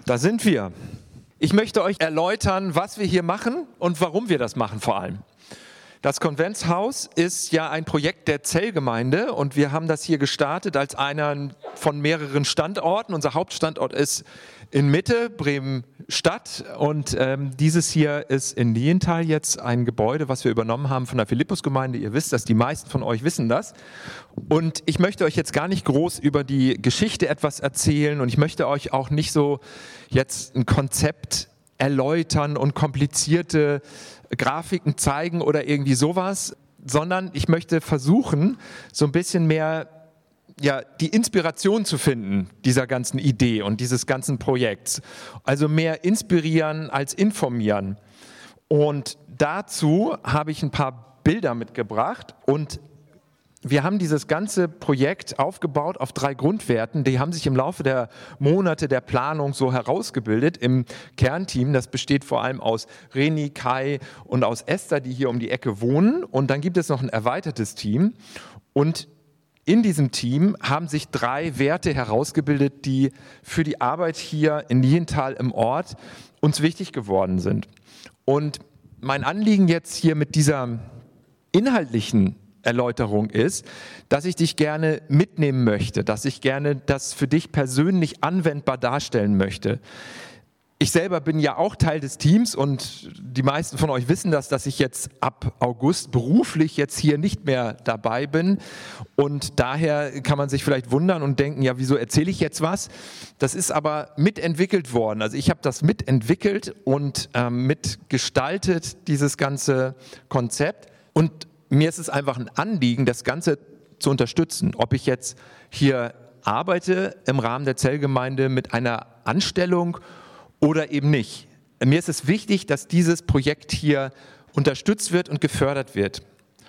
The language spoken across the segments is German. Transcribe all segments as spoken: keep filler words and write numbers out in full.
Da sind wir. Ich möchte euch erläutern, was wir hier machen und warum wir das machen vor allem. Das Konventshaus ist ja ein Projekt der Zellgemeinde und wir haben das hier gestartet als einer von mehreren Standorten. Unser Hauptstandort ist in Mitte, Bremen-Stadt, und ähm, dieses hier ist in Lilienthal jetzt ein Gebäude, was wir übernommen haben von der Philippusgemeinde. Ihr wisst das, die meisten von euch wissen das. Und ich möchte euch jetzt gar nicht groß über die Geschichte etwas erzählen und ich möchte euch auch nicht so jetzt ein Konzept erläutern und komplizierte Grafiken zeigen oder irgendwie sowas, sondern ich möchte versuchen, so ein bisschen mehr ja, die Inspiration zu finden dieser ganzen Idee und dieses ganzen Projekts. Also mehr inspirieren als informieren. Und dazu habe ich ein paar Bilder mitgebracht und wir haben dieses ganze Projekt aufgebaut auf drei Grundwerten. Die haben sich im Laufe der Monate der Planung so herausgebildet im Kernteam. Das besteht vor allem aus Reni, Kai und aus Esther, die hier um die Ecke wohnen. Und dann gibt es noch ein erweitertes Team. Und in diesem Team haben sich drei Werte herausgebildet, die für die Arbeit hier in Lilienthal im Ort uns wichtig geworden sind. Und mein Anliegen jetzt hier mit dieser inhaltlichen Erläuterung ist, dass ich dich gerne mitnehmen möchte, dass ich gerne das für dich persönlich anwendbar darstellen möchte. Ich selber bin ja auch Teil des Teams und die meisten von euch wissen das, dass ich jetzt ab August beruflich jetzt hier nicht mehr dabei bin und daher kann man sich vielleicht wundern und denken, ja, wieso erzähle ich jetzt was? Das ist aber mitentwickelt worden, also ich habe das mitentwickelt und ähm, mitgestaltet, dieses ganze Konzept, und mir ist es einfach ein Anliegen, das Ganze zu unterstützen. Ob ich jetzt hier arbeite im Rahmen der Zellgemeinde mit einer Anstellung oder eben nicht. Mir ist es wichtig, dass dieses Projekt hier unterstützt wird und gefördert wird.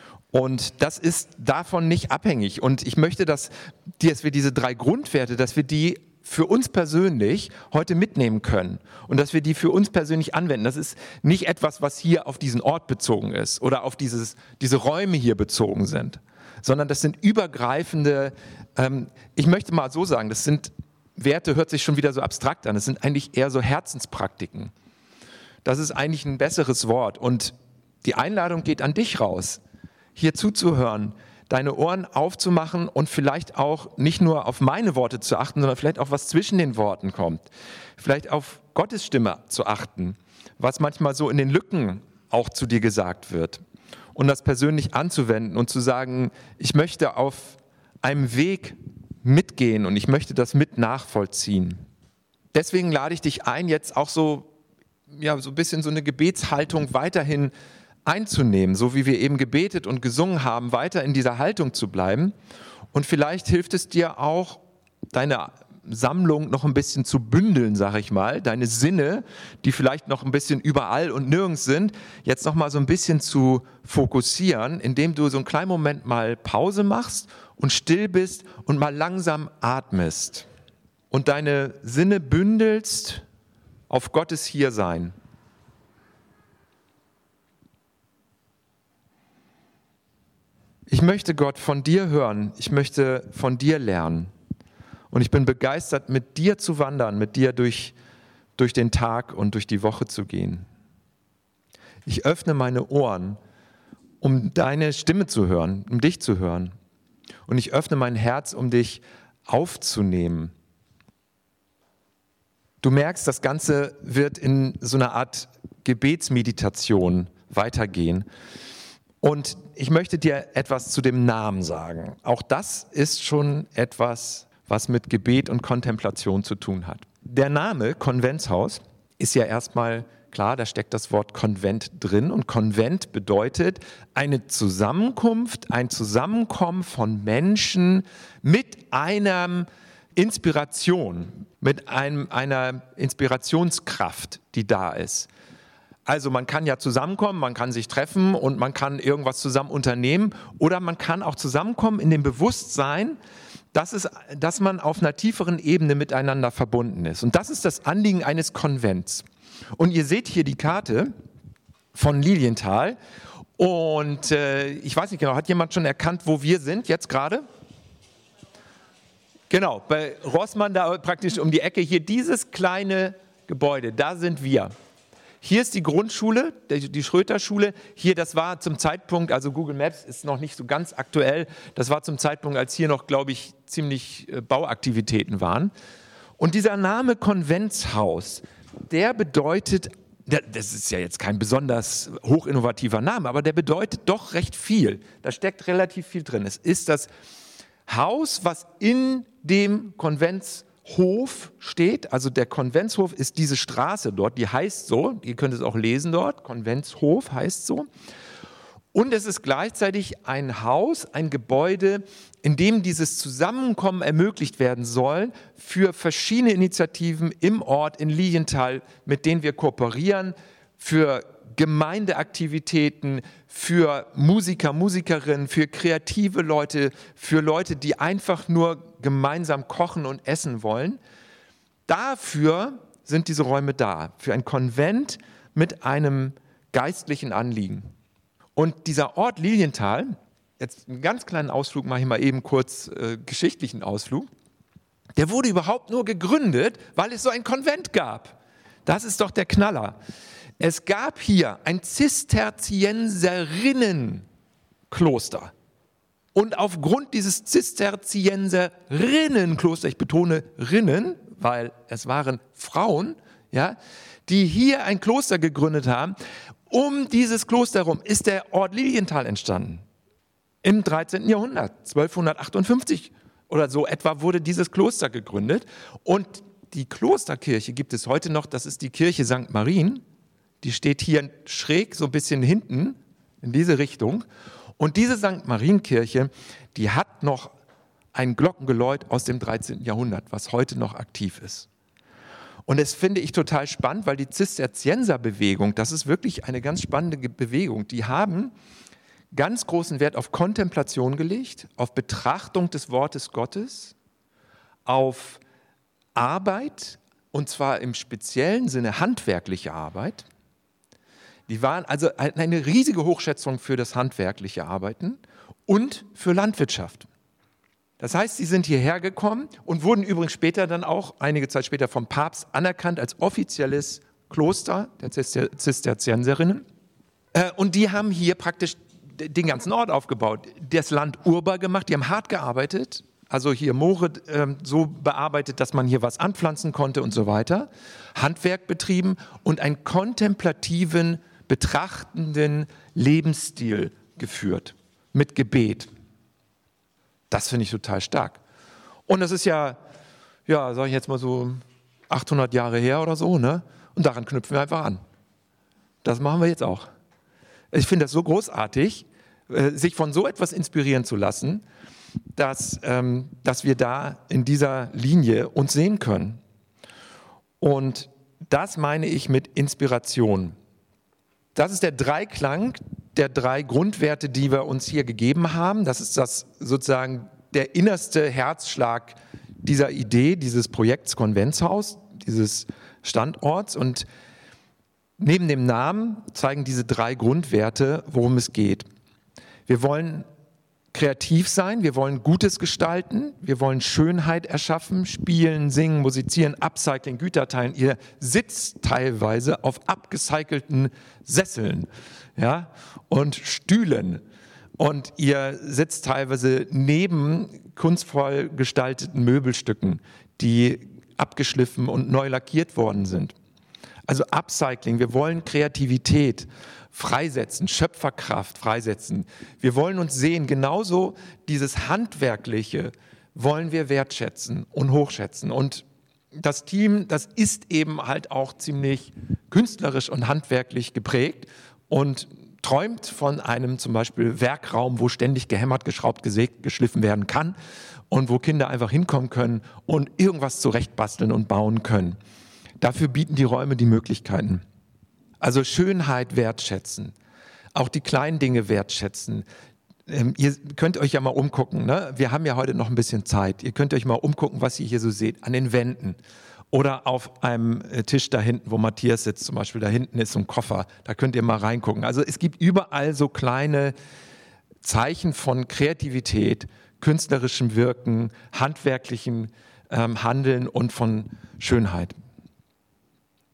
Und das ist davon nicht abhängig. Und ich möchte, dass, dass wir diese drei Grundwerte, dass wir die für uns persönlich heute mitnehmen können und dass wir die für uns persönlich anwenden. Das ist nicht etwas, was hier auf diesen Ort bezogen ist oder auf dieses, diese Räume hier bezogen sind, sondern das sind übergreifende, ähm, ich möchte mal so sagen, das sind Werte, hört sich schon wieder so abstrakt an, das sind eigentlich eher so Herzenspraktiken. Das ist eigentlich ein besseres Wort und die Einladung geht an dich raus, hier zuzuhören, deine Ohren aufzumachen und vielleicht auch nicht nur auf meine Worte zu achten, sondern vielleicht auch was zwischen den Worten kommt. Vielleicht auf Gottes Stimme zu achten, was manchmal so in den Lücken auch zu dir gesagt wird. Und das persönlich anzuwenden und zu sagen, ich möchte auf einem Weg mitgehen und ich möchte das mit nachvollziehen. Deswegen lade ich dich ein, jetzt auch so, ja, so ein bisschen so eine Gebetshaltung weiterhin einzunehmen, so wie wir eben gebetet und gesungen haben, weiter in dieser Haltung zu bleiben. Und vielleicht hilft es dir auch, deine Sammlung noch ein bisschen zu bündeln, sag ich mal, deine Sinne, die vielleicht noch ein bisschen überall und nirgends sind, jetzt noch mal so ein bisschen zu fokussieren, indem du so einen kleinen Moment mal Pause machst und still bist und mal langsam atmest und deine Sinne bündelst auf Gottes Hiersein. Ich möchte, Gott, von dir hören, ich möchte von dir lernen und ich bin begeistert, mit dir zu wandern, mit dir durch, durch den Tag und durch die Woche zu gehen. Ich öffne meine Ohren, um deine Stimme zu hören, um dich zu hören, und ich öffne mein Herz, um dich aufzunehmen. Du merkst, das Ganze wird in so einer Art Gebetsmeditation weitergehen. Und ich möchte dir etwas zu dem Namen sagen. Auch das ist schon etwas, was mit Gebet und Kontemplation zu tun hat. Der Name Konventshaus ist ja erstmal klar, da steckt das Wort Konvent drin. Und Konvent bedeutet eine Zusammenkunft, ein Zusammenkommen von Menschen mit einer Inspiration, mit einem, einer Inspirationskraft, die da ist. Also man kann ja zusammenkommen, man kann sich treffen und man kann irgendwas zusammen unternehmen oder man kann auch zusammenkommen in dem Bewusstsein, dass, es, dass man auf einer tieferen Ebene miteinander verbunden ist. Und das ist das Anliegen eines Konvents. Und ihr seht hier die Karte von Lilienthal und äh, ich weiß nicht genau, hat jemand schon erkannt, wo wir sind jetzt gerade? Genau, bei Rossmann da praktisch um die Ecke hier dieses kleine Gebäude, da sind wir. Hier ist die Grundschule, die Schröter-Schule. Hier, das war zum Zeitpunkt, also Google Maps ist noch nicht so ganz aktuell, das war zum Zeitpunkt, als hier noch, glaube ich, ziemlich Bauaktivitäten waren. Und dieser Name Konventshaus, der bedeutet, das ist ja jetzt kein besonders hochinnovativer Name, aber der bedeutet doch recht viel. Da steckt relativ viel drin. Es ist das Haus, was in dem Konventshaus Hof steht, also der Konventshof ist diese Straße dort, die heißt so, ihr könnt es auch lesen dort, Konventshof heißt so. Und es ist gleichzeitig ein Haus, ein Gebäude, in dem dieses Zusammenkommen ermöglicht werden soll für verschiedene Initiativen im Ort in Lilienthal, mit denen wir kooperieren, für Gemeindeaktivitäten, für Musiker, Musikerinnen, für kreative Leute, für Leute, die einfach nur gemeinsam kochen und essen wollen. Dafür sind diese Räume da, für ein Konvent mit einem geistlichen Anliegen. Und dieser Ort Lilienthal, jetzt einen ganz kleinen Ausflug, mache ich mal eben kurz äh, geschichtlichen Ausflug, der wurde überhaupt nur gegründet, weil es so ein Konvent gab. Das ist doch der Knaller. Es gab hier ein Zisterzienserinnenkloster. Und aufgrund dieses Zisterzienserinnenklosters, ich betone Rinnen, weil es waren Frauen, ja, die hier ein Kloster gegründet haben, um dieses Kloster herum ist der Ort Lilienthal entstanden. Im dreizehnten Jahrhundert, zwölfhundertachtundfünfzig oder so etwa, wurde dieses Kloster gegründet. Und die Klosterkirche gibt es heute noch, das ist die Kirche Sankt Marien. Die steht hier schräg so ein bisschen hinten in diese Richtung. Und diese Sankt Marienkirche, die hat noch ein Glockengeläut aus dem dreizehnten Jahrhundert, was heute noch aktiv ist. Und das finde ich total spannend, weil die Zisterzienserbewegung, das ist wirklich eine ganz spannende Bewegung, die haben ganz großen Wert auf Kontemplation gelegt, auf Betrachtung des Wortes Gottes, auf Arbeit, und zwar im speziellen Sinne handwerkliche Arbeit. Die waren also eine riesige Hochschätzung für das handwerkliche Arbeiten und für Landwirtschaft. Das heißt, sie sind hierher gekommen und wurden übrigens später dann auch, einige Zeit später vom Papst anerkannt als offizielles Kloster der Zisterzienserinnen. Und die haben hier praktisch den ganzen Ort aufgebaut, das Land urbar gemacht, die haben hart gearbeitet, also hier Moore äh, so bearbeitet, dass man hier was anpflanzen konnte und so weiter, Handwerk betrieben und einen kontemplativen, betrachtenden Lebensstil geführt, mit Gebet. Das finde ich total stark. Und das ist ja, ja, sage ich jetzt mal so achthundert Jahre her oder so, ne? Und daran knüpfen wir einfach an. Das machen wir jetzt auch. Ich finde das so großartig, sich von so etwas inspirieren zu lassen, dass, ähm, dass wir da in dieser Linie uns sehen können. Und das meine ich mit Inspiration. Das ist der Dreiklang der drei Grundwerte, die wir uns hier gegeben haben. Das ist das sozusagen der innerste Herzschlag dieser Idee, dieses Projekts Konventshaus, dieses Standorts. Und neben dem Namen zeigen diese drei Grundwerte, worum es geht. Wir wollen kreativ sein, wir wollen Gutes gestalten, wir wollen Schönheit erschaffen, spielen, singen, musizieren, upcycling, Güter teilen. Ihr sitzt teilweise auf abgecycelten Sesseln, ja, und Stühlen. Und ihr sitzt teilweise neben kunstvoll gestalteten Möbelstücken, die abgeschliffen und neu lackiert worden sind. Also Upcycling, wir wollen Kreativität freisetzen, Schöpferkraft freisetzen. Wir wollen uns sehen, genauso dieses Handwerkliche wollen wir wertschätzen und hochschätzen. Und das Team, das ist eben halt auch ziemlich künstlerisch und handwerklich geprägt und träumt von einem zum Beispiel Werkraum, wo ständig gehämmert, geschraubt, gesägt, geschliffen werden kann und wo Kinder einfach hinkommen können und irgendwas zurechtbasteln und bauen können. Dafür bieten die Räume die Möglichkeiten. Also Schönheit wertschätzen, auch die kleinen Dinge wertschätzen. Ähm, ihr könnt euch ja mal umgucken, ne? Wir haben ja heute noch ein bisschen Zeit. Ihr könnt euch mal umgucken, was ihr hier so seht, an den Wänden oder auf einem Tisch da hinten, wo Matthias sitzt zum Beispiel. Da hinten ist so ein Koffer, da könnt ihr mal reingucken. Also es gibt überall so kleine Zeichen von Kreativität, künstlerischem Wirken, handwerklichem ähm, Handeln und von Schönheit.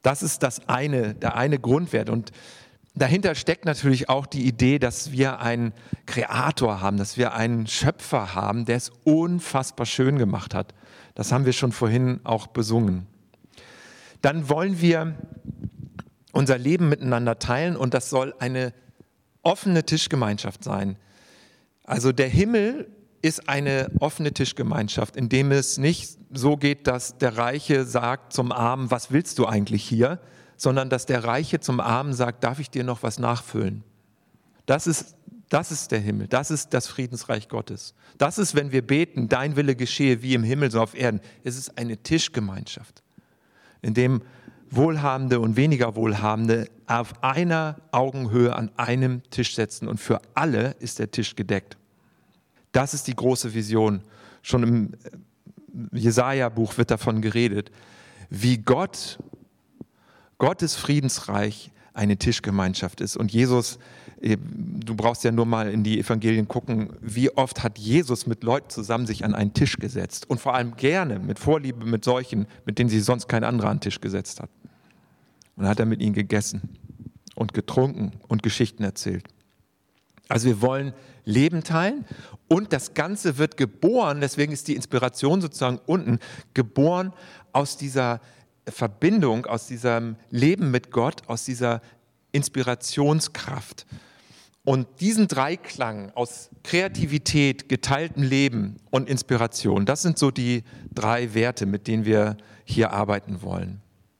Das ist das eine, der eine Grundwert. Und dahinter steckt natürlich auch die Idee, dass wir einen Kreator haben, dass wir einen Schöpfer haben, der es unfassbar schön gemacht hat. Das haben wir schon vorhin auch besungen. Dann wollen wir unser Leben miteinander teilen und das soll eine offene Tischgemeinschaft sein. Also der Himmel ist eine offene Tischgemeinschaft, in dem es nicht so geht, dass der Reiche sagt zum Armen, was willst du eigentlich hier? Sondern dass der Reiche zum Armen sagt, darf ich dir noch was nachfüllen? Das ist, das ist der Himmel, das ist das Friedensreich Gottes. Das ist, wenn wir beten, dein Wille geschehe wie im Himmel, so auf Erden. Es ist eine Tischgemeinschaft, in dem Wohlhabende und weniger Wohlhabende auf einer Augenhöhe an einem Tisch sitzen und für alle ist der Tisch gedeckt. Das ist die große Vision. Schon im Jesaja-Buch wird davon geredet, wie Gott, Gottes Friedensreich eine Tischgemeinschaft ist. Und Jesus, du brauchst ja nur mal in die Evangelien gucken, wie oft hat Jesus mit Leuten zusammen sich an einen Tisch gesetzt und vor allem gerne, mit Vorliebe, mit solchen, mit denen sich sonst kein anderer an den Tisch gesetzt hat. Und dann hat er mit ihnen gegessen und getrunken und Geschichten erzählt. Also wir wollen Leben teilen und das Ganze wird geboren, deswegen ist die Inspiration sozusagen unten, geboren aus dieser Verbindung, aus diesem Leben mit Gott, aus dieser Inspirationskraft. Und diesen Dreiklang aus Kreativität, geteiltem Leben und Inspiration, das sind so die drei Werte, mit denen wir hier arbeiten wollen.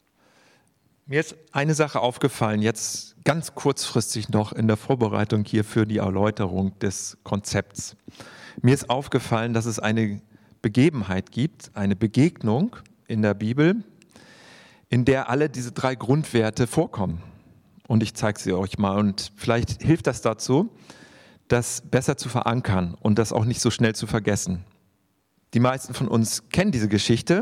Mir ist eine Sache aufgefallen, jetzt ganz kurzfristig noch in der Vorbereitung hier für die Erläuterung des Konzepts. Mir ist aufgefallen, dass es eine Begebenheit gibt, eine Begegnung in der Bibel, in der alle diese drei Grundwerte vorkommen. Und ich zeige sie euch mal und vielleicht hilft das dazu, das besser zu verankern und das auch nicht so schnell zu vergessen. Die meisten von uns kennen diese Geschichte.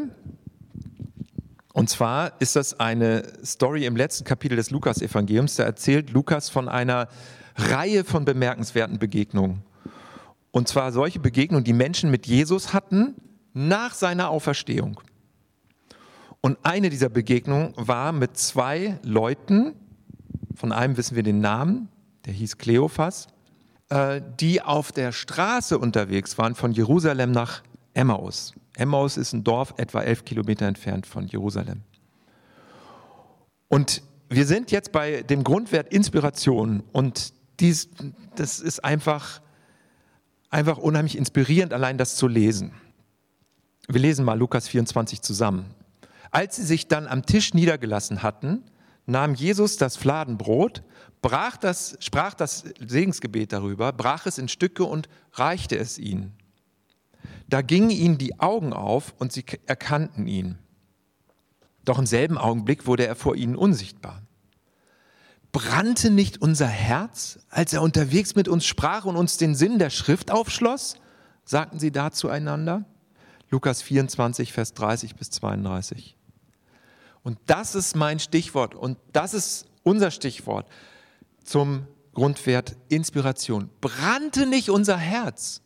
Und zwar ist das eine Story im letzten Kapitel des Lukas-Evangeliums. Da erzählt Lukas von einer Reihe von bemerkenswerten Begegnungen. Und zwar solche Begegnungen, die Menschen mit Jesus hatten nach seiner Auferstehung. Und eine dieser Begegnungen war mit zwei Leuten, von einem wissen wir den Namen, der hieß Kleophas, die auf der Straße unterwegs waren von Jerusalem nach Emmaus. Emmaus ist ein Dorf etwa elf Kilometer entfernt von Jerusalem. Und wir sind jetzt bei dem Grundwert Inspiration und dies, das ist einfach, einfach unheimlich inspirierend, allein das zu lesen. Wir lesen mal Lukas vierundzwanzig zusammen. Als sie sich dann am Tisch niedergelassen hatten, nahm Jesus das Fladenbrot, brach das, sprach das Segensgebet darüber, brach es in Stücke und reichte es ihnen. Da gingen ihnen die Augen auf und sie erkannten ihn. Doch im selben Augenblick wurde er vor ihnen unsichtbar. Brannte nicht unser Herz, als er unterwegs mit uns sprach und uns den Sinn der Schrift aufschloss? Sagten sie da zueinander. Lukas vierundzwanzig, Vers dreißig bis zweiunddreißig. Und das ist mein Stichwort und das ist unser Stichwort zum Grundwert Inspiration. Brannte nicht unser Herz?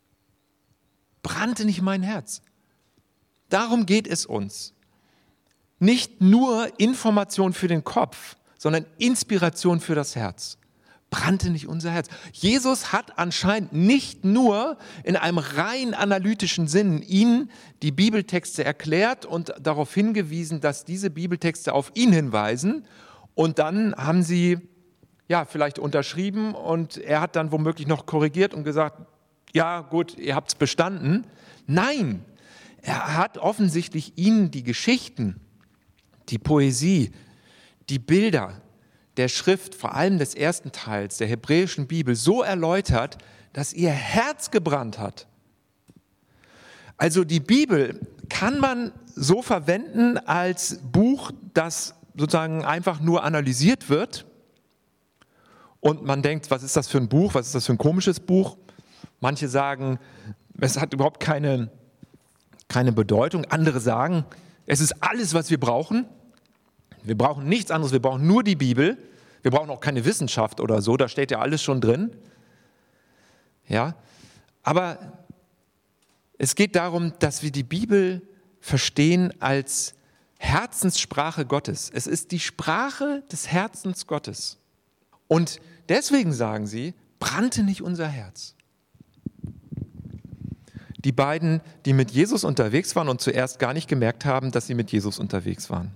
Brannte nicht mein Herz? Darum geht es uns. Nicht nur Information für den Kopf, sondern Inspiration für das Herz. Brannte nicht unser Herz? Jesus hat anscheinend nicht nur in einem rein analytischen Sinn ihnen die Bibeltexte erklärt und darauf hingewiesen, dass diese Bibeltexte auf ihn hinweisen. Und dann haben sie ja vielleicht unterschrieben und er hat dann womöglich noch korrigiert und gesagt, ja gut, ihr habt es bestanden. Nein, er hat offensichtlich ihnen die Geschichten, die Poesie, die Bilder der Schrift, vor allem des ersten Teils der hebräischen Bibel, so erläutert, dass ihr Herz gebrannt hat. Also die Bibel kann man so verwenden als Buch, das sozusagen einfach nur analysiert wird und man denkt, was ist das für ein Buch, was ist das für ein komisches Buch? Manche sagen, es hat überhaupt keine, keine Bedeutung. Andere sagen, es ist alles, was wir brauchen. Wir brauchen nichts anderes, wir brauchen nur die Bibel. Wir brauchen auch keine Wissenschaft oder so, da steht ja alles schon drin. Ja, aber es geht darum, dass wir die Bibel verstehen als Herzenssprache Gottes. Es ist die Sprache des Herzens Gottes. Und deswegen sagen sie, brannte nicht unser Herz. Die beiden, die mit Jesus unterwegs waren und zuerst gar nicht gemerkt haben, dass sie mit Jesus unterwegs waren.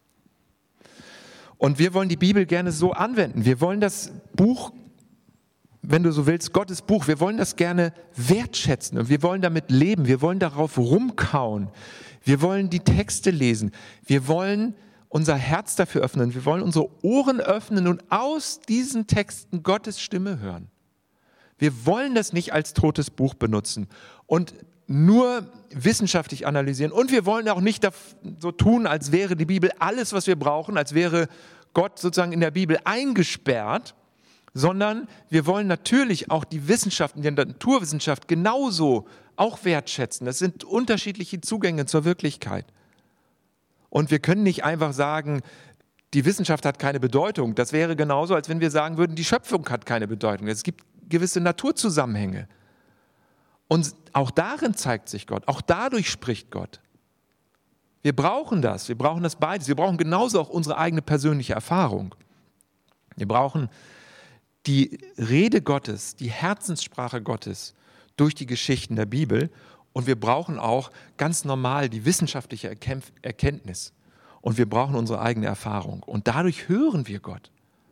Und wir wollen die Bibel gerne so anwenden. Wir wollen das Buch, wenn du so willst, Gottes Buch, wir wollen das gerne wertschätzen und wir wollen damit leben. Wir wollen darauf rumkauen. Wir wollen die Texte lesen. Wir wollen unser Herz dafür öffnen. Wir wollen unsere Ohren öffnen und aus diesen Texten Gottes Stimme hören. Wir wollen das nicht als totes Buch benutzen und nur wissenschaftlich analysieren. Und wir wollen auch nicht so tun, als wäre die Bibel alles, was wir brauchen, als wäre Gott sozusagen in der Bibel eingesperrt, sondern wir wollen natürlich auch die Wissenschaft, die Naturwissenschaft genauso auch wertschätzen. Das sind unterschiedliche Zugänge zur Wirklichkeit. Und wir können nicht einfach sagen, die Wissenschaft hat keine Bedeutung. Das wäre genauso, als wenn wir sagen würden, die Schöpfung hat keine Bedeutung. Es gibt gewisse Naturzusammenhänge. Und auch darin zeigt sich Gott, auch dadurch spricht Gott. Wir brauchen das, wir brauchen das beides. Wir brauchen genauso auch unsere eigene persönliche Erfahrung. Wir brauchen die Rede Gottes, die Herzenssprache Gottes durch die Geschichten der Bibel. Und wir brauchen auch ganz normal die wissenschaftliche Erkenntnis. Und wir brauchen unsere eigene Erfahrung. Und dadurch hören wir Gott.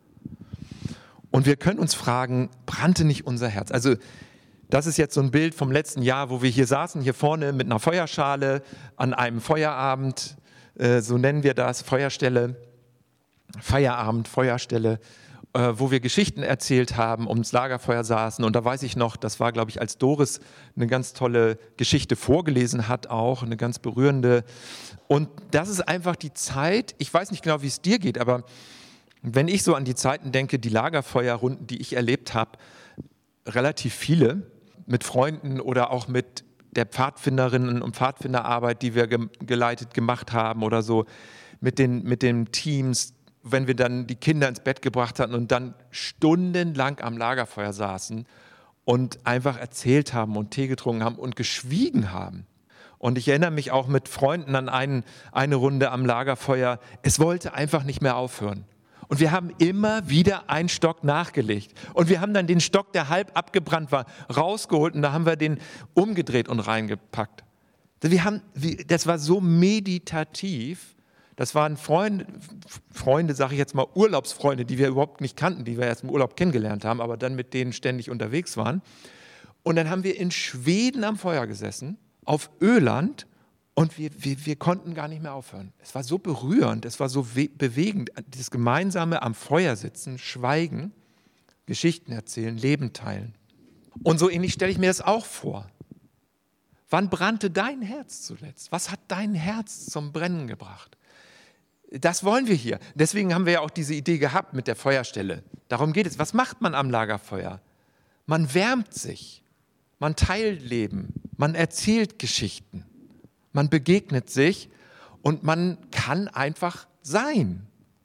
Und wir können uns fragen, brannte nicht unser Herz? Also das ist jetzt so ein Bild vom letzten Jahr, wo wir hier saßen, hier vorne mit einer Feuerschale an einem Feierabend, äh, so nennen wir das, Feuerstelle, Feierabend, Feuerstelle, äh, wo wir Geschichten erzählt haben, ums Lagerfeuer saßen. Und da weiß ich noch, das war, glaube ich, als Doris eine ganz tolle Geschichte vorgelesen hat auch, eine ganz berührende. Und das ist einfach die Zeit, ich weiß nicht genau, wie es dir geht, aber wenn ich so an die Zeiten denke, die Lagerfeuerrunden, die ich erlebt habe, relativ viele, mit Freunden oder auch mit der Pfadfinderinnen und Pfadfinderarbeit, die wir ge- geleitet gemacht haben oder so, mit den, mit den Teams, wenn wir dann die Kinder ins Bett gebracht hatten und dann stundenlang am Lagerfeuer saßen und einfach erzählt haben und Tee getrunken haben und geschwiegen haben. Und ich erinnere mich auch mit Freunden an einen, eine Runde am Lagerfeuer. Es wollte einfach nicht mehr aufhören. Und wir haben immer wieder einen Stock nachgelegt. Und wir haben dann den Stock, der halb abgebrannt war, rausgeholt und da haben wir den umgedreht und reingepackt. Wir haben, das war so meditativ. Das waren Freunde, Freunde, sage ich jetzt mal, Urlaubsfreunde, die wir überhaupt nicht kannten, die wir erst im Urlaub kennengelernt haben, aber dann mit denen ständig unterwegs waren. Und dann haben wir in Schweden am Feuer gesessen, auf Öland. Und wir, wir, wir konnten gar nicht mehr aufhören. Es war so berührend, es war so we- bewegend, das gemeinsame am Feuer sitzen, schweigen, Geschichten erzählen, Leben teilen. Und so ähnlich stelle ich mir das auch vor. Wann brannte dein Herz zuletzt? Was hat dein Herz zum Brennen gebracht? Das wollen wir hier. Deswegen haben wir ja auch diese Idee gehabt mit der Feuerstelle. Darum geht es. Was macht man am Lagerfeuer? Man wärmt sich, man teilt Leben, man erzählt Geschichten. Man begegnet sich und man kann einfach sein.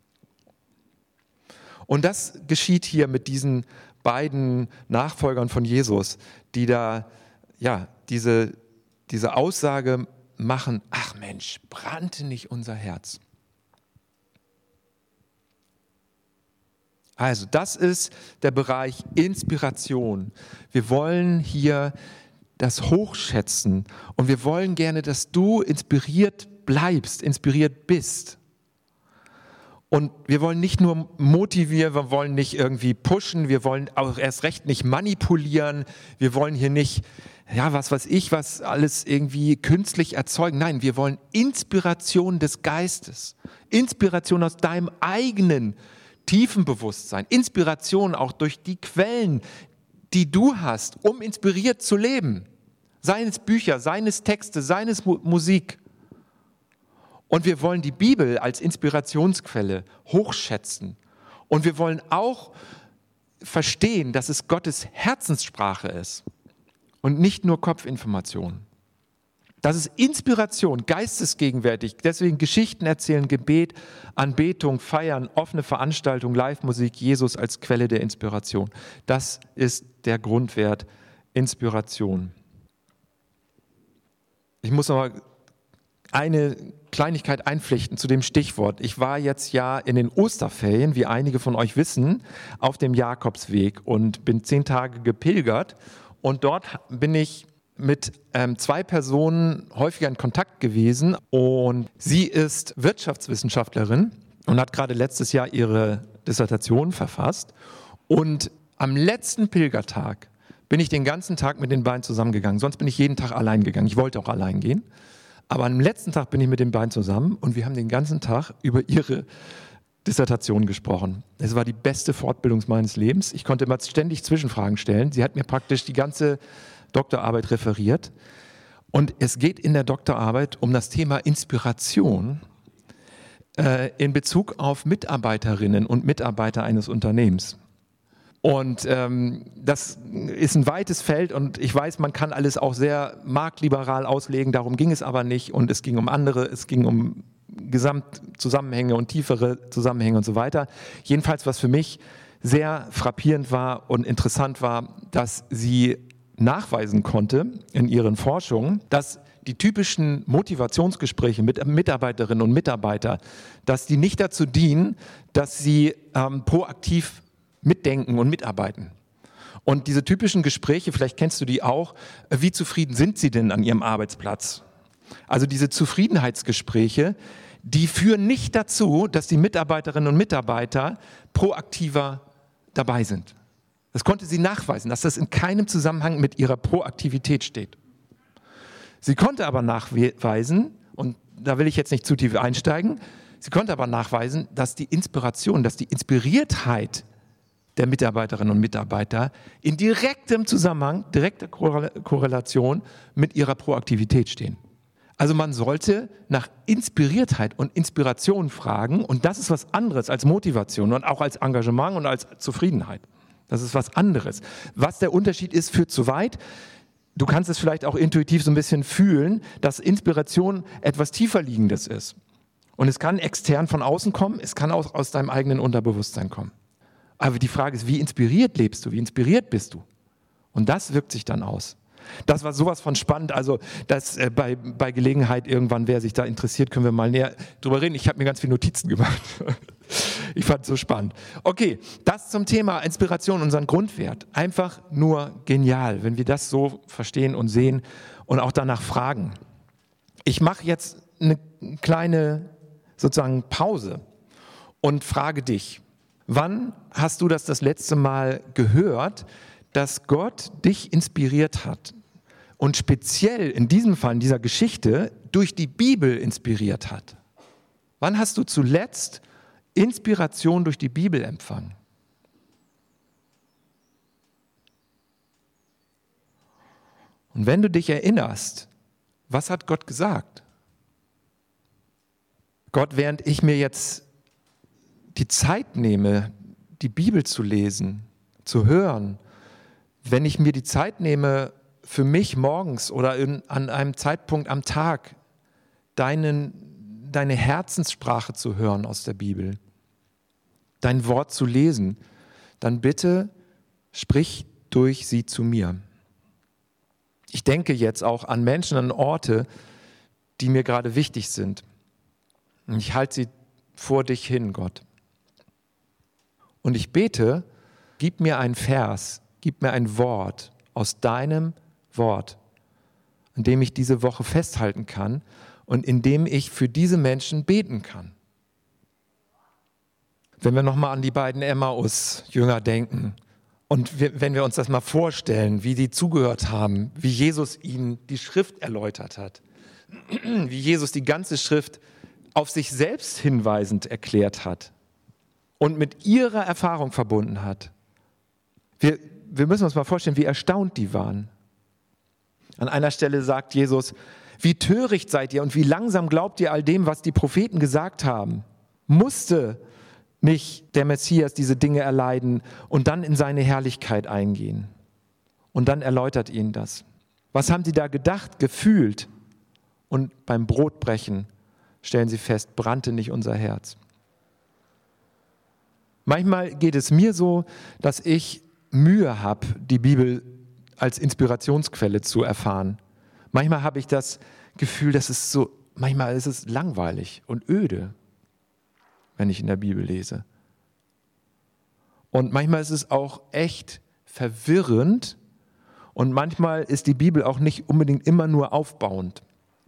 Und das geschieht hier mit diesen beiden Nachfolgern von Jesus, die da ja, diese, diese Aussage machen, ach Mensch, brannte nicht unser Herz. Also das ist der Bereich Inspiration. Wir wollen hier das hochschätzen und wir wollen gerne, dass du inspiriert bleibst, inspiriert bist. Und wir wollen nicht nur motivieren, wir wollen nicht irgendwie pushen, wir wollen auch erst recht nicht manipulieren, wir wollen hier nicht, ja, was weiß ich, was alles irgendwie künstlich erzeugen. Nein, wir wollen Inspiration des Geistes, Inspiration aus deinem eigenen tiefen Bewusstsein, Inspiration auch durch die Quellen, die du hast, um inspiriert zu leben. Seien es Bücher, seien es Texte, seien es Mu- Musik. Und wir wollen die Bibel als Inspirationsquelle hochschätzen. Und wir wollen auch verstehen, dass es Gottes Herzenssprache ist und nicht nur Kopfinformation. Das ist Inspiration, geistesgegenwärtig. Deswegen Geschichten erzählen, Gebet, Anbetung, Feiern, offene Veranstaltung, Live-Musik, Jesus als Quelle der Inspiration. Das ist der Grundwert Inspiration. Ich muss noch mal eine Kleinigkeit einpflichten zu dem Stichwort. Ich war jetzt ja in den Osterferien, wie einige von euch wissen, auf dem Jakobsweg und bin zehn Tage gepilgert. Und dort bin ich mit ähm, zwei Personen häufiger in Kontakt gewesen. Und sie ist Wirtschaftswissenschaftlerin und hat gerade letztes Jahr ihre Dissertation verfasst. Und am letzten Pilgertag bin ich den ganzen Tag mit den beiden zusammengegangen. Sonst bin ich jeden Tag allein gegangen. Ich wollte auch allein gehen. Aber am letzten Tag bin ich mit den beiden zusammen und wir haben den ganzen Tag über ihre Dissertation gesprochen. Es war die beste Fortbildung meines Lebens. Ich konnte immer ständig Zwischenfragen stellen. Sie hat mir praktisch die ganze Doktorarbeit referiert. Und es geht in der Doktorarbeit um das Thema Inspiration äh, in Bezug auf Mitarbeiterinnen und Mitarbeiter eines Unternehmens. Und ähm, das ist ein weites Feld und ich weiß, man kann alles auch sehr marktliberal auslegen, darum ging es aber nicht und es ging um andere, es ging um Gesamtzusammenhänge und tiefere Zusammenhänge und so weiter. Jedenfalls, was für mich sehr frappierend war und interessant war, dass sie nachweisen konnte in ihren Forschungen, dass die typischen Motivationsgespräche mit Mitarbeiterinnen und Mitarbeitern, dass die nicht dazu dienen, dass sie ähm, proaktiv mitdenken und mitarbeiten. Und diese typischen Gespräche, vielleicht kennst du die auch, wie zufrieden sind sie denn an ihrem Arbeitsplatz? Also diese Zufriedenheitsgespräche, die führen nicht dazu, dass die Mitarbeiterinnen und Mitarbeiter proaktiver dabei sind. Das konnte sie nachweisen, dass das in keinem Zusammenhang mit ihrer Proaktivität steht. Sie konnte aber nachweisen, und da will ich jetzt nicht zu tief einsteigen, sie konnte aber nachweisen, dass die Inspiration, dass die Inspiriertheit der Mitarbeiterinnen und Mitarbeiter in direktem Zusammenhang, direkter Korrelation mit ihrer Proaktivität stehen. Also man sollte nach Inspiriertheit und Inspiration fragen und das ist was anderes als Motivation und auch als Engagement und als Zufriedenheit. Das ist was anderes. Was der Unterschied ist, führt zu weit. Du kannst es vielleicht auch intuitiv so ein bisschen fühlen, dass Inspiration etwas tieferliegendes ist. Und es kann extern von außen kommen, es kann auch aus deinem eigenen Unterbewusstsein kommen. Aber die Frage ist, wie inspiriert lebst du? Wie inspiriert bist du? Und das wirkt sich dann aus. Das war sowas von spannend. Also das, äh, bei, bei Gelegenheit irgendwann, wer sich da interessiert, können wir mal näher drüber reden. Ich habe mir ganz viele Notizen gemacht. Ich fand es so spannend. Okay, das zum Thema Inspiration, unseren Grundwert. Einfach nur genial, wenn wir das so verstehen und sehen und auch danach fragen. Ich mache jetzt eine kleine sozusagen Pause und frage dich, wann hast du das das letzte Mal gehört, dass Gott dich inspiriert hat und speziell in diesem Fall, in dieser Geschichte, durch die Bibel inspiriert hat? Wann hast du zuletzt Inspiration durch die Bibel empfangen? Und wenn du dich erinnerst, was hat Gott gesagt? Gott, während ich mir jetzt die Zeit nehme, die Bibel zu lesen, zu hören, wenn ich mir die Zeit nehme, für mich morgens oder in, an einem Zeitpunkt am Tag deinen, deine Herzenssprache zu hören aus der Bibel, dein Wort zu lesen, dann bitte sprich durch sie zu mir. Ich denke jetzt auch an Menschen, an Orte, die mir gerade wichtig sind. Und ich halte sie vor dich hin, Gott. Und ich bete, gib mir ein Vers, gib mir ein Wort aus deinem Wort, an dem ich diese Woche festhalten kann und in dem ich für diese Menschen beten kann. Wenn wir nochmal an die beiden Emmaus-Jünger denken und wir, wenn wir uns das mal vorstellen, wie die zugehört haben, wie Jesus ihnen die Schrift erläutert hat, wie Jesus die ganze Schrift auf sich selbst hinweisend erklärt hat und mit ihrer Erfahrung verbunden hat. Wir, wir müssen uns mal vorstellen, wie erstaunt die waren. An einer Stelle sagt Jesus, wie töricht seid ihr und wie langsam glaubt ihr all dem, was die Propheten gesagt haben? Musste nicht der Messias diese Dinge erleiden und dann in seine Herrlichkeit eingehen? Und dann erläutert ihnen das. Was haben sie da gedacht, gefühlt? Und beim Brotbrechen stellen sie fest, brannte nicht unser Herz. Manchmal geht es mir so, dass ich Mühe habe, die Bibel als Inspirationsquelle zu erfahren. Manchmal habe ich das Gefühl, das ist so manchmal ist es langweilig und öde, wenn ich in der Bibel lese. Und manchmal ist es auch echt verwirrend und manchmal ist die Bibel auch nicht unbedingt immer nur aufbauend.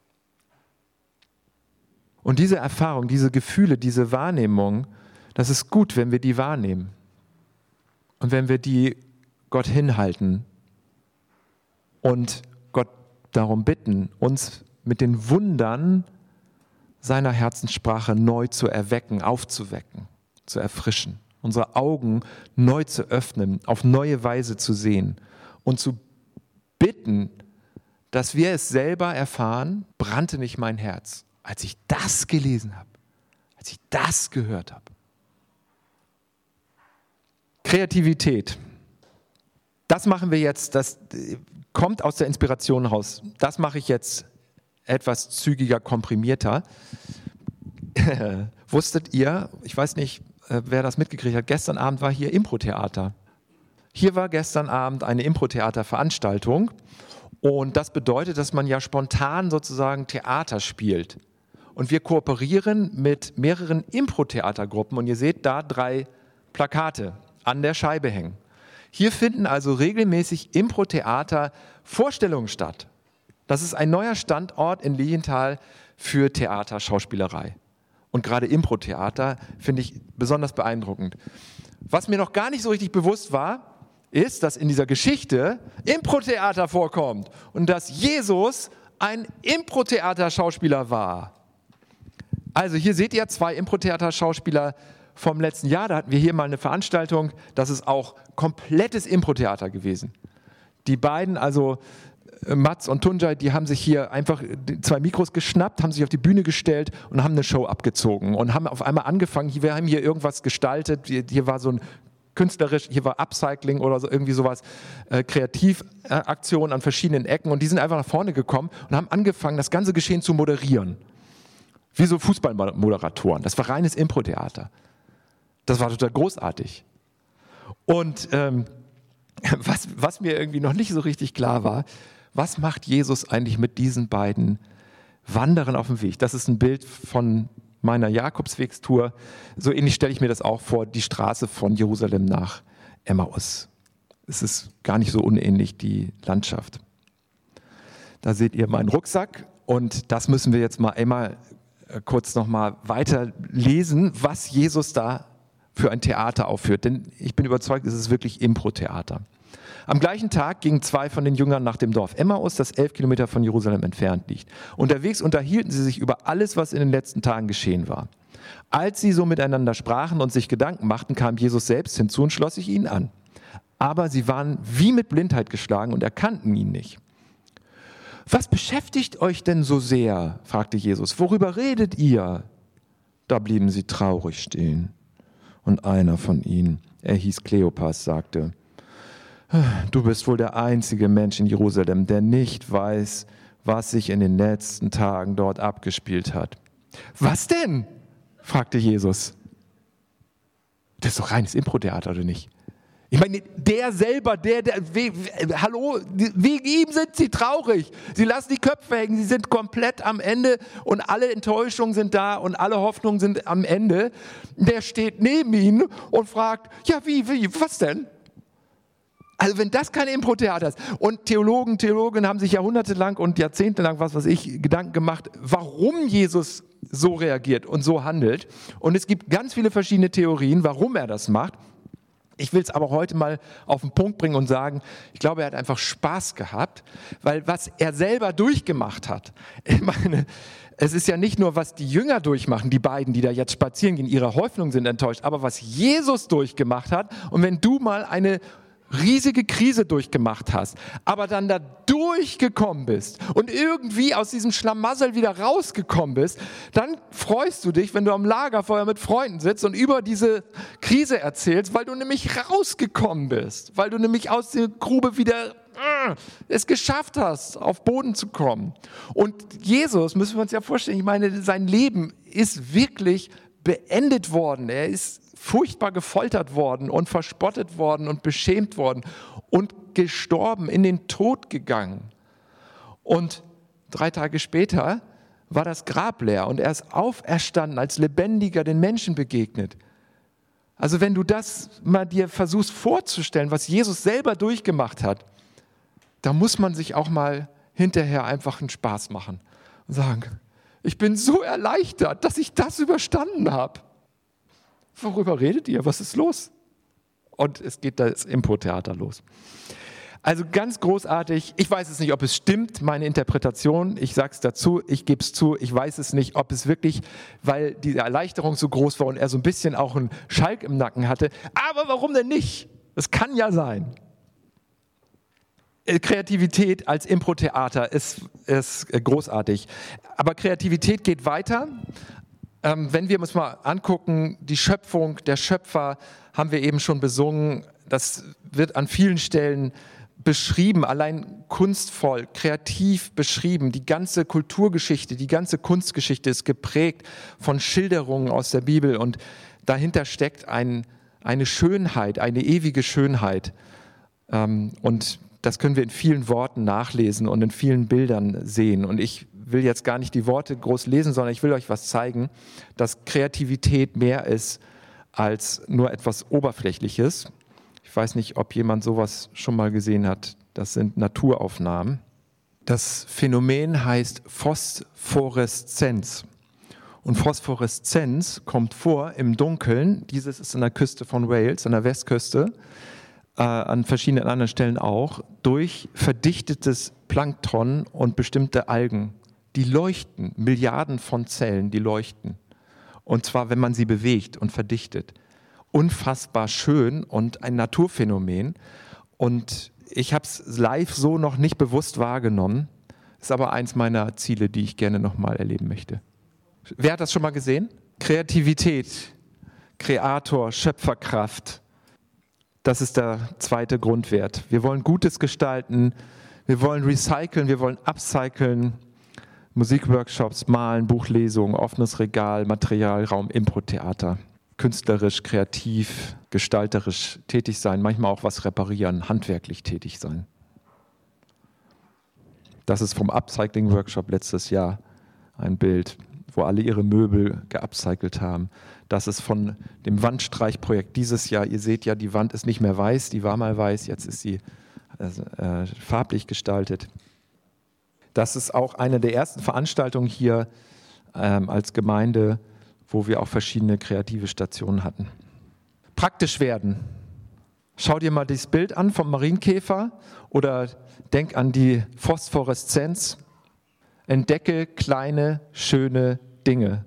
Und diese Erfahrung, diese Gefühle, diese Wahrnehmung, das ist gut, wenn wir die wahrnehmen und wenn wir die Gott hinhalten und Gott darum bitten, uns mit den Wundern seiner Herzenssprache neu zu erwecken, aufzuwecken, zu erfrischen, unsere Augen neu zu öffnen, auf neue Weise zu sehen und zu bitten, dass wir es selber erfahren, brannte nicht mein Herz, als ich das gelesen habe, als ich das gehört habe. Kreativität. Das machen wir jetzt, das kommt aus der Inspiration raus. Das mache ich jetzt etwas zügiger, komprimierter. Wusstet ihr, ich weiß nicht, wer das mitgekriegt hat, gestern Abend war hier Impro-Theater. Hier war gestern Abend eine Impro-Theater-Veranstaltung und das bedeutet, dass man ja spontan sozusagen Theater spielt. Und wir kooperieren mit mehreren Impro-Theatergruppen und ihr seht da drei Plakate an der Scheibe hängen. Hier finden also regelmäßig Impro-Theater-Vorstellungen statt. Das ist ein neuer Standort in Lilienthal für Theaterschauspielerei. Und gerade Impro-Theater finde ich besonders beeindruckend. Was mir noch gar nicht so richtig bewusst war, ist, dass in dieser Geschichte Impro-Theater vorkommt und dass Jesus ein Impro-Theater-Schauspieler war. Also hier seht ihr zwei Impro-Theater-Schauspieler vom letzten Jahr. Da hatten wir hier mal eine Veranstaltung. Das ist auch komplettes Impro-Theater gewesen. Die beiden, also Mats und Tunjai, die haben sich hier einfach zwei Mikros geschnappt, haben sich auf die Bühne gestellt und haben eine Show abgezogen und haben auf einmal angefangen, wir haben hier irgendwas gestaltet, hier war so ein künstlerisch, hier war Upcycling oder so, irgendwie sowas, äh, Kreativaktionen an verschiedenen Ecken und die sind einfach nach vorne gekommen und haben angefangen, das ganze Geschehen zu moderieren. Wie so Fußballmoderatoren. Das war reines Impro-Theater. Das war total großartig. Und ähm, was, was mir irgendwie noch nicht so richtig klar war, was macht Jesus eigentlich mit diesen beiden Wanderern auf dem Weg? Das ist ein Bild von meiner Jakobswegstour. So ähnlich stelle ich mir das auch vor, die Straße von Jerusalem nach Emmaus. Es ist gar nicht so unähnlich, die Landschaft. Da seht ihr meinen Rucksack und das müssen wir jetzt mal einmal kurz noch mal weiter lesen, was Jesus da für ein Theater aufführt. Denn ich bin überzeugt, es ist wirklich Impro-Theater. Am gleichen Tag gingen zwei von den Jüngern nach dem Dorf Emmaus, das elf Kilometer von Jerusalem entfernt liegt. Unterwegs unterhielten sie sich über alles, was in den letzten Tagen geschehen war. Als sie so miteinander sprachen und sich Gedanken machten, kam Jesus selbst hinzu und schloss sich ihnen an. Aber sie waren wie mit Blindheit geschlagen und erkannten ihn nicht. Was beschäftigt euch denn so sehr? Fragte Jesus. Worüber redet ihr? Da blieben sie traurig stehen. Und einer von ihnen, er hieß Kleopas, sagte: Du bist wohl der einzige Mensch in Jerusalem, der nicht weiß, was sich in den letzten Tagen dort abgespielt hat. Was denn? Fragte Jesus. Das ist doch reines Impro-Theater, oder nicht? Ich meine, der selber, der, der we, hallo, wegen ihm sind sie traurig. Sie lassen die Köpfe hängen, sie sind komplett am Ende und alle Enttäuschungen sind da und alle Hoffnungen sind am Ende. Der steht neben ihnen und fragt, ja, wie, wie, was denn? Also wenn das kein Impro-Theater ist. Und Theologen, Theologinnen haben sich jahrhundertelang und jahrzehntelang, was weiß ich, Gedanken gemacht, warum Jesus so reagiert und so handelt. Und es gibt ganz viele verschiedene Theorien, warum er das macht. Ich will es aber heute mal auf den Punkt bringen und sagen, ich glaube, er hat einfach Spaß gehabt, weil was er selber durchgemacht hat, ich meine, es ist ja nicht nur, was die Jünger durchmachen, die beiden, die da jetzt spazieren gehen, ihre Hoffnungen sind enttäuscht, aber was Jesus durchgemacht hat. Und wenn du mal eine riesige Krise durchgemacht hast, aber dann da durchgekommen bist und irgendwie aus diesem Schlamassel wieder rausgekommen bist, dann freust du dich, wenn du am Lagerfeuer mit Freunden sitzt und über diese Krise erzählst, weil du nämlich rausgekommen bist, weil du nämlich aus der Grube wieder äh, es geschafft hast, auf Boden zu kommen. Und Jesus, müssen wir uns ja vorstellen, ich meine, sein Leben ist wirklich beendet worden. Er ist furchtbar gefoltert worden und verspottet worden und beschämt worden und gestorben, in den Tod gegangen. Und drei Tage später war das Grab leer und er ist auferstanden, als Lebendiger den Menschen begegnet. Also wenn du das mal dir versuchst vorzustellen, was Jesus selber durchgemacht hat, da muss man sich auch mal hinterher einfach einen Spaß machen und sagen, ich bin so erleichtert, dass ich das überstanden habe. Worüber redet ihr? Was ist los? Und es geht das Impro-Theater los. Also ganz großartig. Ich weiß es nicht, ob es stimmt, meine Interpretation. Ich sage es dazu, ich gebe es zu. Ich weiß es nicht, ob es wirklich, weil diese Erleichterung so groß war und er so ein bisschen auch einen Schalk im Nacken hatte. Aber warum denn nicht? Das kann ja sein. Kreativität als Impro-Theater ist, ist großartig. Aber Kreativität geht weiter. Ähm, wenn wir uns mal angucken, die Schöpfung, der Schöpfer, haben wir eben schon besungen. Das wird an vielen Stellen beschrieben, allein kunstvoll, kreativ beschrieben. Die ganze Kulturgeschichte, die ganze Kunstgeschichte ist geprägt von Schilderungen aus der Bibel und dahinter steckt ein, eine Schönheit, eine ewige Schönheit. Ähm, und das können wir in vielen Worten nachlesen und in vielen Bildern sehen. Und ich will jetzt gar nicht die Worte groß lesen, sondern ich will euch was zeigen, dass Kreativität mehr ist als nur etwas Oberflächliches. Ich weiß nicht, ob jemand sowas schon mal gesehen hat. Das sind Naturaufnahmen. Das Phänomen heißt Phosphoreszenz. Und Phosphoreszenz kommt vor im Dunkeln. Dieses ist an der Küste von Wales, an der Westküste, äh, an verschiedenen anderen Stellen auch, durch verdichtetes Plankton und bestimmte Algen. Die leuchten, Milliarden von Zellen, die leuchten. Und zwar, wenn man sie bewegt und verdichtet. Unfassbar schön und ein Naturphänomen. Und ich habe es live so noch nicht bewusst wahrgenommen. Ist aber eins meiner Ziele, die ich gerne nochmal erleben möchte. Wer hat das schon mal gesehen? Kreativität, Kreator, Schöpferkraft. Das ist der zweite Grundwert. Wir wollen Gutes gestalten, wir wollen recyceln, wir wollen upcyclen. Musikworkshops, Malen, Buchlesungen, offenes Regal, Materialraum, Impro-Theater. Künstlerisch, kreativ, gestalterisch tätig sein, manchmal auch was reparieren, handwerklich tätig sein. Das ist vom Upcycling-Workshop letztes Jahr ein Bild, wo alle ihre Möbel geupcycelt haben. Das ist von dem Wandstreichprojekt dieses Jahr. Ihr seht ja, die Wand ist nicht mehr weiß, die war mal weiß, jetzt ist sie äh, farblich gestaltet. Das ist auch eine der ersten Veranstaltungen hier ähm, als Gemeinde, wo wir auch verschiedene kreative Stationen hatten. Praktisch werden. Schau dir mal dieses Bild an vom Marienkäfer oder denk an die Phosphoreszenz. Entdecke kleine, schöne Dinge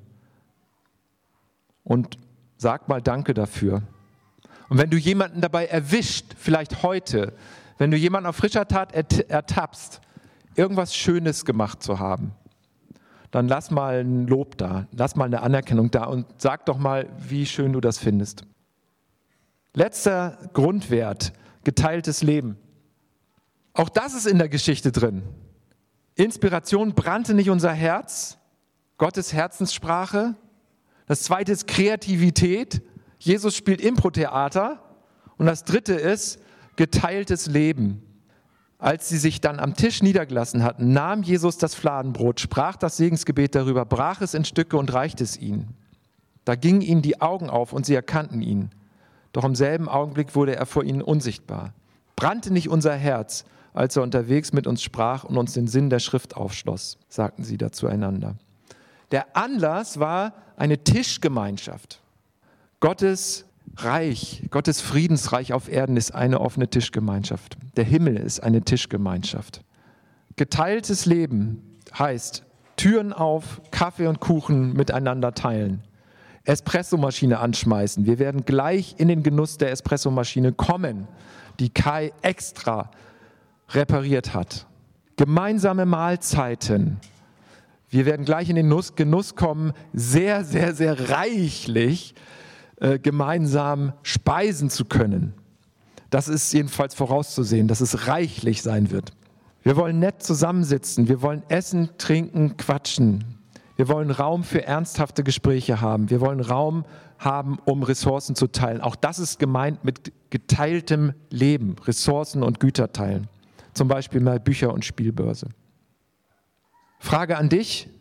und sag mal Danke dafür. Und wenn du jemanden dabei erwischt, vielleicht heute, wenn du jemanden auf frischer Tat ertappst, irgendwas Schönes gemacht zu haben, dann lass mal ein Lob da, lass mal eine Anerkennung da und sag doch mal, wie schön du das findest. Letzter Grundwert, geteiltes Leben. Auch das ist in der Geschichte drin. Inspiration, brannte nicht unser Herz, Gottes Herzenssprache. Das zweite ist Kreativität. Jesus spielt Impro-Theater. Und das dritte ist geteiltes Leben. Als sie sich dann am Tisch niedergelassen hatten, nahm Jesus das Fladenbrot, sprach das Segensgebet darüber, brach es in Stücke und reichte es ihnen. Da gingen ihnen die Augen auf und sie erkannten ihn. Doch im selben Augenblick wurde er vor ihnen unsichtbar. Brannte nicht unser Herz, als er unterwegs mit uns sprach und uns den Sinn der Schrift aufschloss, sagten sie da zueinander. Der Anlass war eine Tischgemeinschaft. Gottes Reich, Gottes Friedensreich auf Erden ist eine offene Tischgemeinschaft. Der Himmel ist eine Tischgemeinschaft. Geteiltes Leben heißt Türen auf, Kaffee und Kuchen miteinander teilen, Espressomaschine anschmeißen. Wir werden gleich in den Genuss der Espressomaschine kommen, die Kai extra repariert hat. Gemeinsame Mahlzeiten. Wir werden gleich in den Genuss kommen, sehr, sehr, sehr reichlich äh, gemeinsam speisen zu können. Das ist jedenfalls vorauszusehen, dass es reichlich sein wird. Wir wollen nett zusammensitzen, wir wollen essen, trinken, quatschen. Wir wollen Raum für ernsthafte Gespräche haben. Wir wollen Raum haben, um Ressourcen zu teilen. Auch das ist gemeint mit geteiltem Leben, Ressourcen und Güter teilen. Zum Beispiel mal Bücher- und Spielbörse. Frage an dich,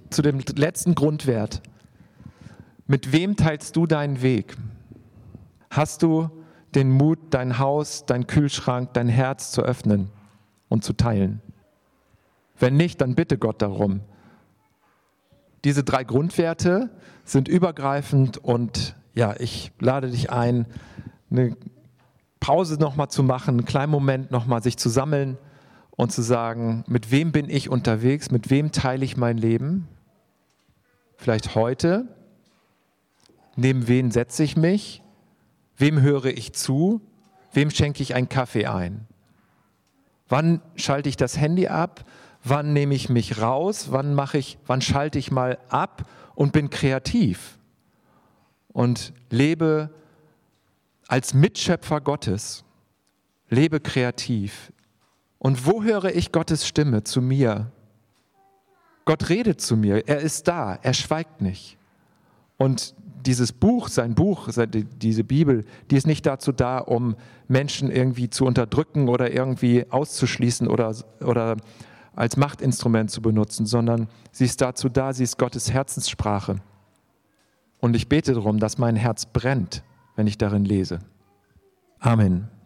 zu dem letzten Grundwert. Mit wem teilst du deinen Weg? Hast du den Mut, dein Haus, dein Kühlschrank, dein Herz zu öffnen und zu teilen? Wenn nicht, dann bitte Gott darum. Diese drei Grundwerte sind übergreifend und ja, ich lade dich ein, eine Pause nochmal zu machen, einen kleinen Moment nochmal sich zu sammeln und zu sagen, mit wem bin ich unterwegs, mit wem teile ich mein Leben? Vielleicht heute, neben wen setze ich mich, wem höre ich zu, wem schenke ich einen Kaffee ein? Wann schalte ich das Handy ab? Wann nehme ich mich raus? Wann mache ich, wann schalte ich mal ab und bin kreativ und lebe als Mitschöpfer Gottes, lebe kreativ. Und wo höre ich Gottes Stimme zu mir? Gott redet zu mir, er ist da, er schweigt nicht. Und dieses Buch, sein Buch, diese Bibel, die ist nicht dazu da, um Menschen irgendwie zu unterdrücken oder irgendwie auszuschließen oder, oder als Machtinstrument zu benutzen, sondern sie ist dazu da, sie ist Gottes Herzenssprache. Und ich bete darum, dass mein Herz brennt, wenn ich darin lese. Amen.